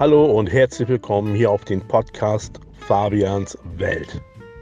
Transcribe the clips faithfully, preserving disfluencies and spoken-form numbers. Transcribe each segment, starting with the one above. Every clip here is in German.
Hallo und herzlich willkommen hier auf den Podcast Fabians Welt.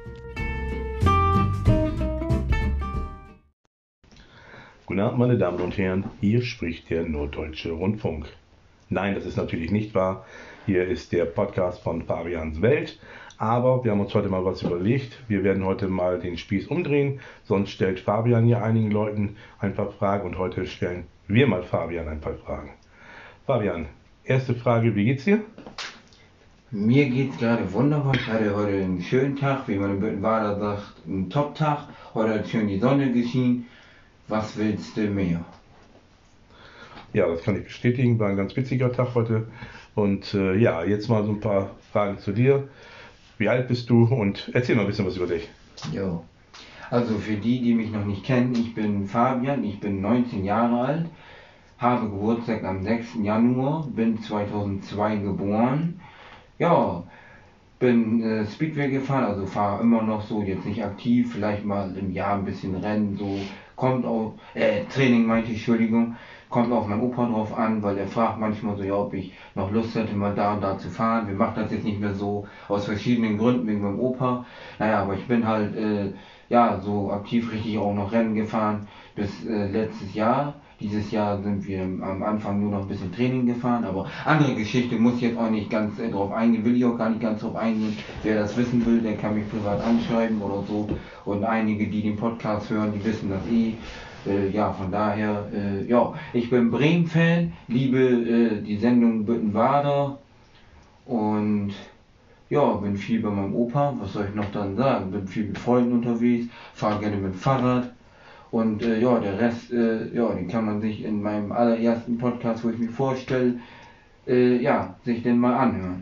Guten Abend, meine Damen und Herren, hier spricht der Norddeutsche Rundfunk. Nein, das ist natürlich nicht wahr. Hier ist der Podcast von Fabians Welt. Aber wir haben uns heute mal was überlegt. Wir werden heute mal den Spieß umdrehen. Sonst stellt Fabian hier einigen Leuten ein paar Fragen und heute stellen wir mal Fabian ein paar Fragen. Fabian, erste Frage, wie geht's dir? Mir geht's gerade wunderbar. Ich hatte heute einen schönen Tag, wie man in Büttenwader sagt, einen Top-Tag. Heute hat schön die Sonne geschienen. Was willst du mehr? Ja, das kann ich bestätigen. War ein ganz witziger Tag heute. Und äh, ja, jetzt mal so ein paar Fragen zu dir. Wie alt bist du und erzähl mal ein bisschen was über dich. Jo. Also für die, die mich noch nicht kennen, ich bin Fabian, ich bin neunzehn Jahre alt, habe Geburtstag am sechsten Januar, bin zweitausendzwei geboren. Ja, bin äh, Speedway gefahren, also fahre immer noch so, jetzt nicht aktiv, vielleicht mal im Jahr ein bisschen Rennen, so kommt auch, äh, Training meinte ich, Entschuldigung, kommt auf meinen Opa drauf an, weil er fragt manchmal so, ja, ob ich noch Lust hätte, mal da und da zu fahren. Wir machen das jetzt nicht mehr so, aus verschiedenen Gründen, wegen meinem Opa. Naja, aber ich bin halt, äh, ja, so aktiv richtig auch noch Rennen gefahren bis äh, letztes Jahr. Dieses Jahr sind wir am Anfang nur noch ein bisschen Training gefahren, aber andere Geschichte muss ich jetzt auch nicht ganz äh, drauf eingehen, will ich auch gar nicht ganz drauf eingehen. Wer das wissen will, der kann mich privat anschreiben oder so. Und einige, die den Podcast hören, die wissen das eh. Äh, ja, von daher, äh, ja, ich bin Bremen-Fan, liebe äh, die Sendung Büttenwader und ja, bin viel bei meinem Opa, was soll ich noch dann sagen, bin viel mit Freunden unterwegs, fahre gerne mit dem Fahrrad und äh, ja, der Rest, äh, ja, den kann man sich in meinem allerersten Podcast, wo ich mich vorstelle, äh, ja, sich den mal anhören.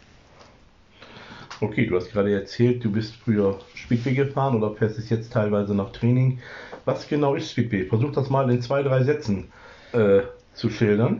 Okay, du hast gerade erzählt, du bist früher Speedway gefahren oder fährst es jetzt teilweise nach Training. Was genau ist Speedway? Versuch das mal in zwei, drei Sätzen äh, zu schildern.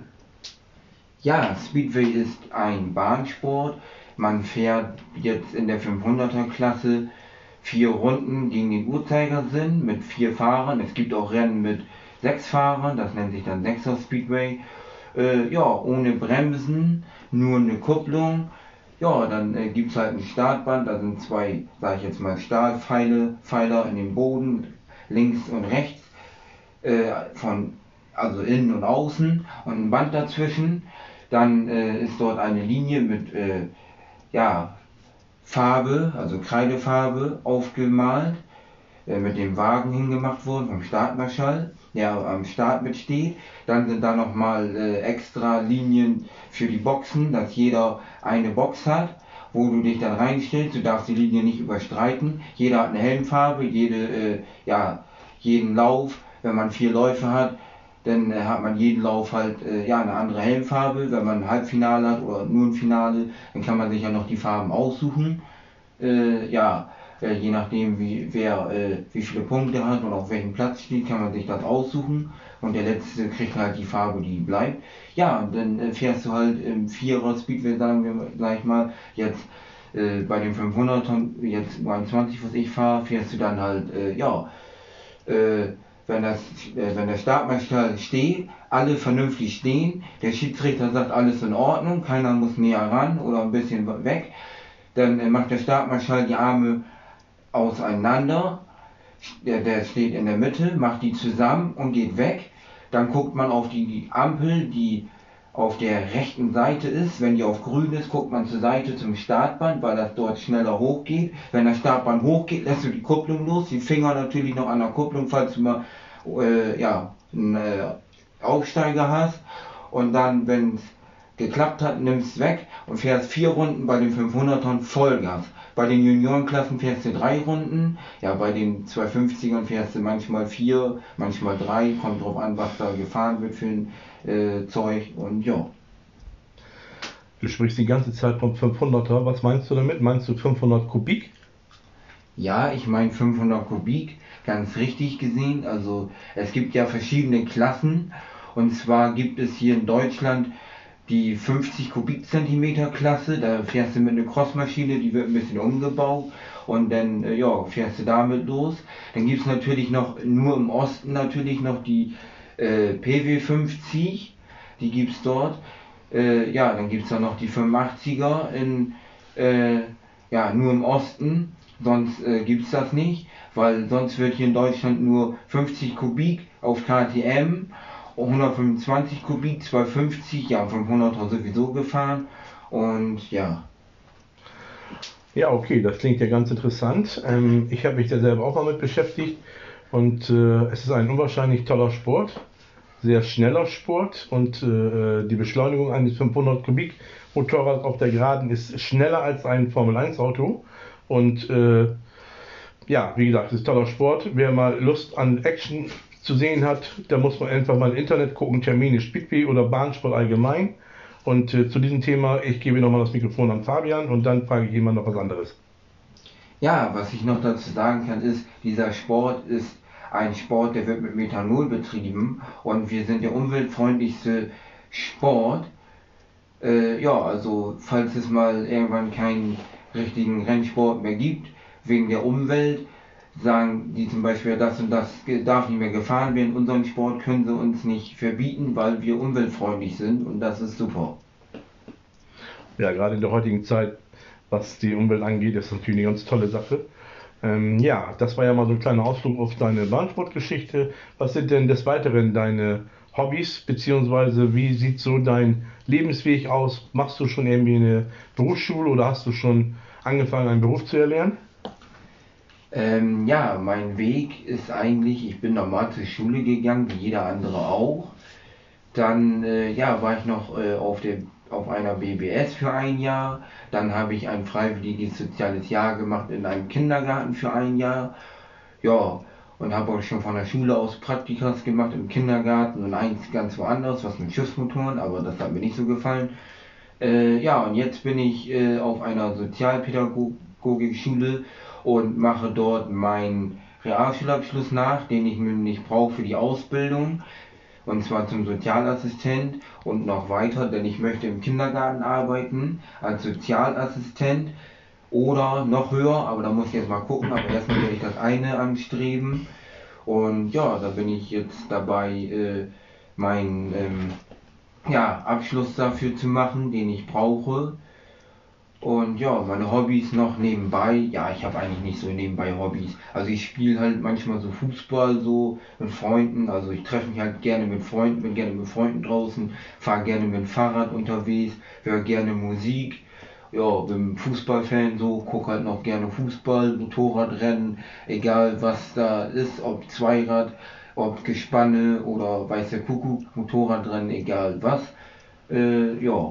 Ja, Speedway ist ein Bahnsport. Man fährt jetzt in der fünfhunderter Klasse vier Runden gegen den Uhrzeigersinn mit vier Fahrern. Es gibt auch Rennen mit sechs Fahrern, das nennt sich dann Sechser Speedway. Äh, ja, ohne Bremsen, nur eine Kupplung. Ja, dann äh, gibt es halt ein Startband, da sind zwei, sag ich jetzt mal, Stahlpfeile, Pfeiler in den Boden, links und rechts, äh, von, also innen und außen und ein Band dazwischen. Dann äh, ist dort eine Linie mit äh, ja, Farbe, also Kreidefarbe aufgemalt, äh, mit dem Wagen hingemacht worden vom Startmarschall, der am Start mitsteht. Dann sind da nochmal äh, extra Linien für die Boxen, dass jeder eine Box hat, wo du dich dann reinstellst. Du darfst die Linie nicht überstreiten. Jeder hat eine Helmfarbe, jede, äh, ja, jeden Lauf, wenn man vier Läufe hat, dann äh, hat man jeden Lauf halt äh, ja, eine andere Helmfarbe. Wenn man ein Halbfinale hat oder nur ein Finale, dann kann man sich ja noch die Farben aussuchen. Äh, ja, äh, je nachdem wie wer äh, wie viele Punkte hat und auf welchem Platz steht, kann man sich das aussuchen. Und der letzte kriegt halt die Farbe, die bleibt. Ja, und dann äh, fährst du halt im Vierer Speedway, sagen wir gleich mal, jetzt äh, bei den fünfhunderter, jetzt neunundzwanzig, was ich fahre, fährst du dann halt, äh, ja, äh, wenn, das, äh, wenn der Startmarschall steht, alle vernünftig stehen, der Schiedsrichter sagt, alles in Ordnung, keiner muss näher ran oder ein bisschen weg, dann äh, macht der Startmarschall die Arme auseinander, der, der steht in der Mitte, macht die zusammen und geht weg, dann guckt man auf die Ampel, die auf der rechten Seite ist. Wenn die auf grün ist, guckt man zur Seite zum Startband, weil das dort schneller hochgeht. Wenn das Startband hochgeht, lässt du die Kupplung los, die Finger natürlich noch an der Kupplung, falls du mal äh, ja, einen äh, Aufsteiger hast. Und dann, wenn es geklappt hat, nimmst es weg und fährst vier Runden bei den fünfhundertern Vollgas. Bei den Juniorenklassen fährst du drei Runden, ja, bei den zweihundertfünfzigern fährst du manchmal vier, manchmal drei, kommt drauf an, was da gefahren wird für ein äh, Zeug und ja. Du sprichst die ganze Zeit vom fünfhunderter. Was meinst du damit? Meinst du fünfhundert Kubik? Ja, ich meine fünfhundert Kubik, ganz richtig gesehen. Also es gibt ja verschiedene Klassen und zwar gibt es hier in Deutschland die fünfzig Kubikzentimeter Klasse, da fährst du mit einer Crossmaschine, die wird ein bisschen umgebaut und dann äh, ja, fährst du damit los. Dann gibt es natürlich noch, nur im Osten natürlich noch die äh, P W fünfzig, die gibt es dort. Äh, ja, dann gibt es da noch die fünfundachtziger in, äh, ja, nur im Osten, sonst äh, gibt es das nicht, weil sonst wird hier in Deutschland nur fünfzig Kubik auf K T M, hundertfünfundzwanzig Kubik, zweihundertfünfzig, ja, fünfhunderter sowieso gefahren und ja. Ja, okay, das klingt ja ganz interessant. Ähm, ich habe mich da selber auch mal mit beschäftigt und äh, es ist ein unwahrscheinlich toller Sport, sehr schneller Sport und äh, die Beschleunigung eines fünfhundert Kubik Motorrads auf der Geraden ist schneller als ein Formel eins Auto und äh, ja, wie gesagt, es ist toller Sport. Wer mal Lust an Action zu sehen hat, da muss man einfach mal im Internet gucken, Termine Speedway oder Bahnsport allgemein. Und äh, zu diesem Thema, ich gebe nochmal das Mikrofon an Fabian und dann frage ich jemand noch was anderes. Ja, was ich noch dazu sagen kann, ist, dieser Sport ist ein Sport, der wird mit Methanol betrieben und wir sind der umweltfreundlichste Sport. Äh, ja, also falls es mal irgendwann keinen richtigen Rennsport mehr gibt, wegen der Umwelt, sagen die zum Beispiel, das und das darf nicht mehr gefahren werden, unseren Sport können sie uns nicht verbieten, weil wir umweltfreundlich sind und das ist super. Ja, gerade in der heutigen Zeit, was die Umwelt angeht, ist das natürlich eine ganz tolle Sache. Ähm, ja, das war ja mal so ein kleiner Ausflug auf deine Bahnsportgeschichte. Was sind denn des Weiteren deine Hobbys, beziehungsweise wie sieht so dein Lebensweg aus? Machst du schon irgendwie eine Berufsschule oder hast du schon angefangen, einen Beruf zu erlernen? Ähm, ja, mein Weg ist eigentlich, ich bin normal zur Schule gegangen, wie jeder andere auch. Dann äh, ja, war ich noch äh, auf, der, auf einer B B S für ein Jahr. Dann habe ich ein freiwilliges soziales Jahr gemacht in einem Kindergarten für ein Jahr. Ja, und habe auch schon von der Schule aus Praktikas gemacht im Kindergarten und eins ganz woanders, was mit Schiffsmotoren, aber das hat mir nicht so gefallen. Äh, ja, und jetzt bin ich äh, auf einer Sozialpädagogikschule und mache dort meinen Realschulabschluss nach, den ich nämlich brauche für die Ausbildung, und zwar zum Sozialassistent und noch weiter, denn ich möchte im Kindergarten arbeiten als Sozialassistent oder noch höher, aber da muss ich jetzt mal gucken, aber erstmal werde ich das eine anstreben und ja, da bin ich jetzt dabei, äh, meinen ähm, ja, Abschluss dafür zu machen, den ich brauche. Und ja, meine Hobbys noch nebenbei. Ja, ich habe eigentlich nicht so nebenbei Hobbys. Also ich spiele halt manchmal so Fußball so mit Freunden. Also ich treffe mich halt gerne mit Freunden, bin gerne mit Freunden draußen, fahre gerne mit dem Fahrrad unterwegs, höre gerne Musik. Ja, bin Fußballfan so, gucke halt noch gerne Fußball, Motorradrennen, egal was da ist, ob Zweirad, ob Gespanne oder weiß der Kuckuck, Motorradrennen, egal was. Äh, ja.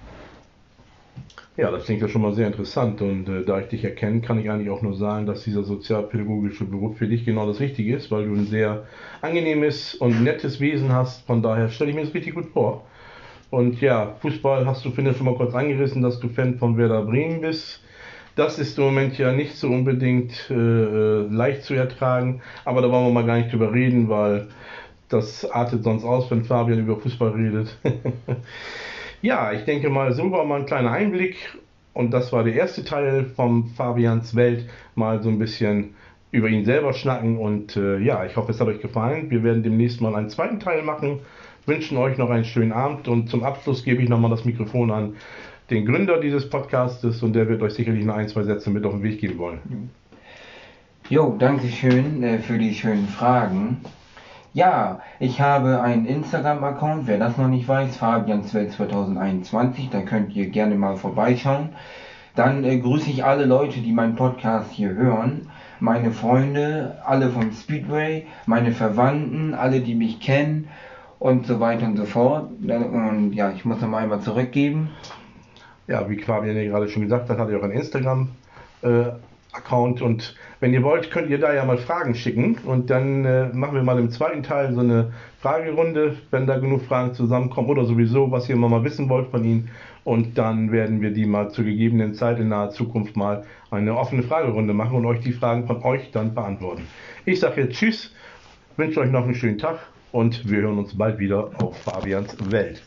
Ja, das klingt ja schon mal sehr interessant und äh, da ich dich erkenne, kann ich eigentlich auch nur sagen, dass dieser sozialpädagogische Beruf für dich genau das Richtige ist, weil du ein sehr angenehmes und nettes Wesen hast. Von daher stelle ich mir das richtig gut vor. Und ja, Fußball hast du, finde ich, schon mal kurz angerissen, dass du Fan von Werder Bremen bist. Das ist im Moment ja nicht so unbedingt äh, leicht zu ertragen, aber da wollen wir mal gar nicht drüber reden, weil das artet sonst aus, wenn Fabian über Fußball redet. Ja, ich denke mal, so war mal ein kleiner Einblick und das war der erste Teil vom Fabians Welt, mal so ein bisschen über ihn selber schnacken und äh, ja, ich hoffe, es hat euch gefallen. Wir werden demnächst mal einen zweiten Teil machen, wünschen euch noch einen schönen Abend und zum Abschluss gebe ich nochmal das Mikrofon an den Gründer dieses Podcastes und der wird euch sicherlich noch ein, zwei Sätze mit auf den Weg geben wollen. Jo, danke schön äh, für die schönen Fragen. Ja, ich habe einen Instagram-Account, wer das noch nicht weiß, Fabianswelt zwanzig einundzwanzig, da könnt ihr gerne mal vorbeischauen. Dann äh, grüße ich alle Leute, die meinen Podcast hier hören, meine Freunde, alle vom Speedway, meine Verwandten, alle, die mich kennen und so weiter und so fort. Und ja, ich muss noch mal einmal zurückgeben. Ja, wie Fabian ja gerade schon gesagt hat, hat er auch einen Instagram äh, Account und wenn ihr wollt, könnt ihr da ja mal Fragen schicken und dann äh, machen wir mal im zweiten Teil so eine Fragerunde, wenn da genug Fragen zusammenkommen oder sowieso, was ihr immer mal wissen wollt von Ihnen und dann werden wir die mal zur gegebenen Zeit in naher Zukunft mal eine offene Fragerunde machen und euch die Fragen von euch dann beantworten. Ich sage jetzt Tschüss, wünsche euch noch einen schönen Tag und wir hören uns bald wieder auf Fabians Welt.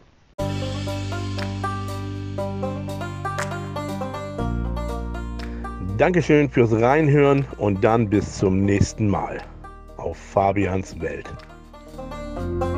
Dankeschön fürs Reinhören und dann bis zum nächsten Mal auf Fabians Welt.